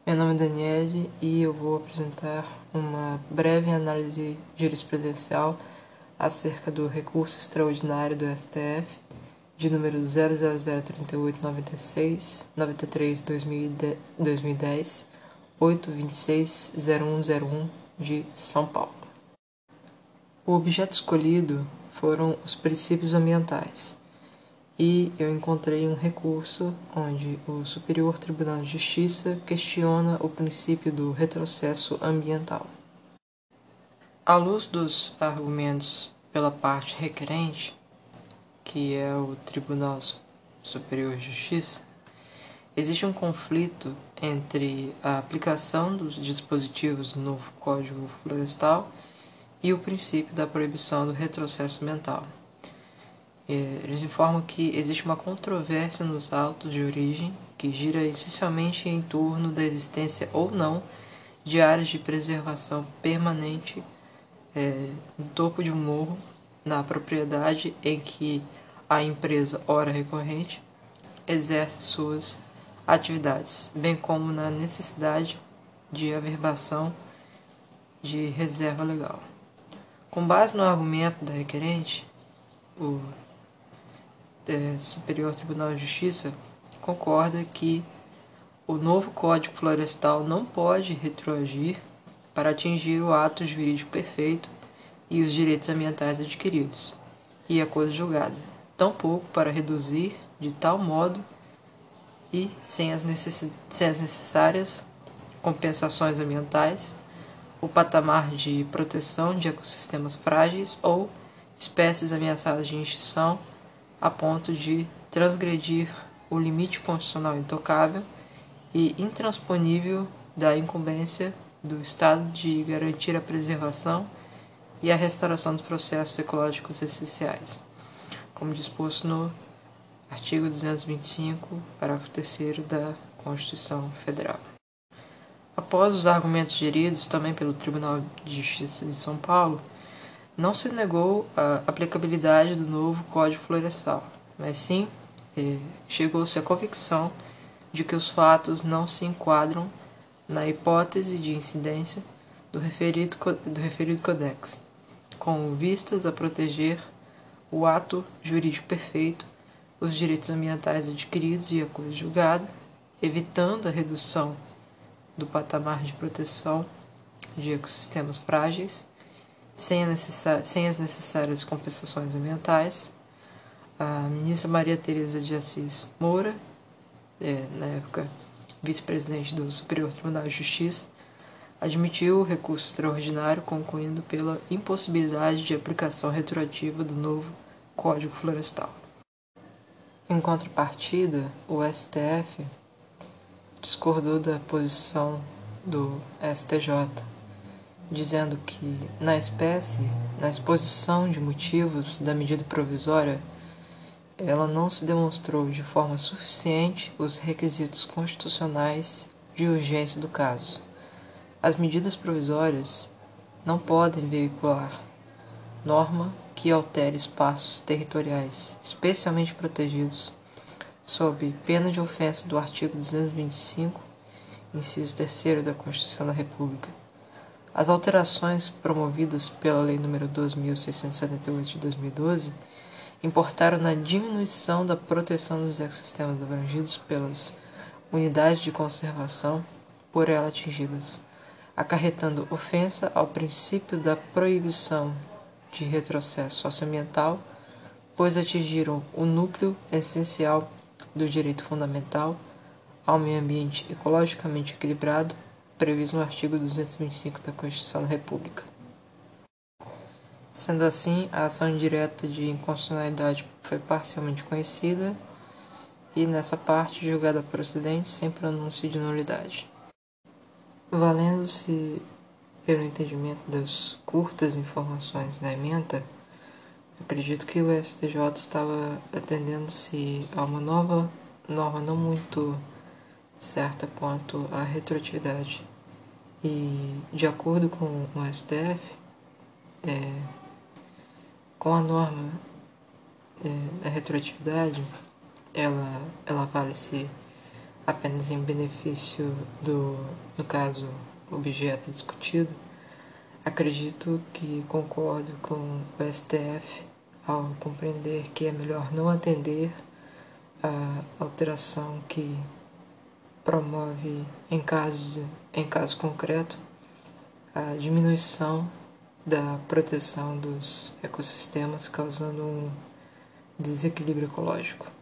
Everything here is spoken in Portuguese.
Meu nome é Daniele e eu vou apresentar uma breve análise jurisprudencial acerca do recurso extraordinário do STF de número 0003896 93/2010 826/0101 de São Paulo. O objeto escolhido foram os princípios ambientais. E eu encontrei um recurso onde o Superior Tribunal de Justiça questiona o princípio do retrocesso ambiental. À luz dos argumentos pela parte requerente, que é o Tribunal Superior de Justiça, existe um conflito entre a aplicação dos dispositivos do novo Código Florestal e o princípio da proibição do retrocesso ambiental. Eles informam que existe uma controvérsia nos autos de origem que gira essencialmente em torno da existência ou não de áreas de preservação permanente no topo de um morro, na propriedade em que a empresa, ora recorrente, exerce suas atividades, bem como na necessidade de averbação de reserva legal. Com base no argumento da requerente, o Superior Tribunal de Justiça concorda que o novo Código Florestal não pode retroagir para atingir o ato jurídico perfeito e os direitos ambientais adquiridos e a coisa julgada, tampouco para reduzir de tal modo e sem as necessárias compensações ambientais o patamar de proteção de ecossistemas frágeis ou espécies ameaçadas de extinção a ponto de transgredir o limite constitucional intocável e intransponível da incumbência do Estado de garantir a preservação e a restauração dos processos ecológicos essenciais, como disposto no artigo 225, parágrafo 3º da Constituição Federal. Após os argumentos geridos também pelo Tribunal de Justiça de São Paulo, não se negou a aplicabilidade do novo Código Florestal, mas sim chegou-se à convicção de que os fatos não se enquadram na hipótese de incidência do referido Codex, com vistas a proteger o ato jurídico perfeito, os direitos ambientais adquiridos e a coisa julgada, evitando a redução do patamar de proteção de ecossistemas frágeis, sem as necessárias compensações ambientais. A ministra Maria Tereza de Assis Moura, na época vice-presidente do Superior Tribunal de Justiça, admitiu o recurso extraordinário, concluindo pela impossibilidade de aplicação retroativa do novo Código Florestal. Em contrapartida, o STF discordou da posição do STJ, dizendo que, na exposição de motivos da medida provisória, ela não se demonstrou de forma suficiente os requisitos constitucionais de urgência do caso. As medidas provisórias não podem veicular norma que altere espaços territoriais especialmente protegidos, sob pena de ofensa do artigo 225, inciso 3º da Constituição da República. As alterações promovidas pela Lei nº 12.678 de 2012 importaram na diminuição da proteção dos ecossistemas abrangidos pelas unidades de conservação por ela atingidas, acarretando ofensa ao princípio da proibição de retrocesso socioambiental, pois atingiram o núcleo essencial do direito fundamental ao meio ambiente ecologicamente equilibrado, previsto no artigo 225 da Constituição da República. Sendo assim, a ação indireta de inconstitucionalidade foi parcialmente conhecida e, nessa parte, julgada procedente sem pronúncio de nulidade. Valendo-se pelo entendimento das curtas informações da ementa, acredito que o STJ estava atendendo-se a uma nova norma não muito certa quanto à retroatividade. E, de acordo com o STF, com a norma da retroatividade, ela vale-se apenas em benefício no caso, objeto discutido, acredito que concordo com o STF ao compreender que é melhor não atender a alteração que promove, em caso concreto, a diminuição da proteção dos ecossistemas, causando um desequilíbrio ecológico.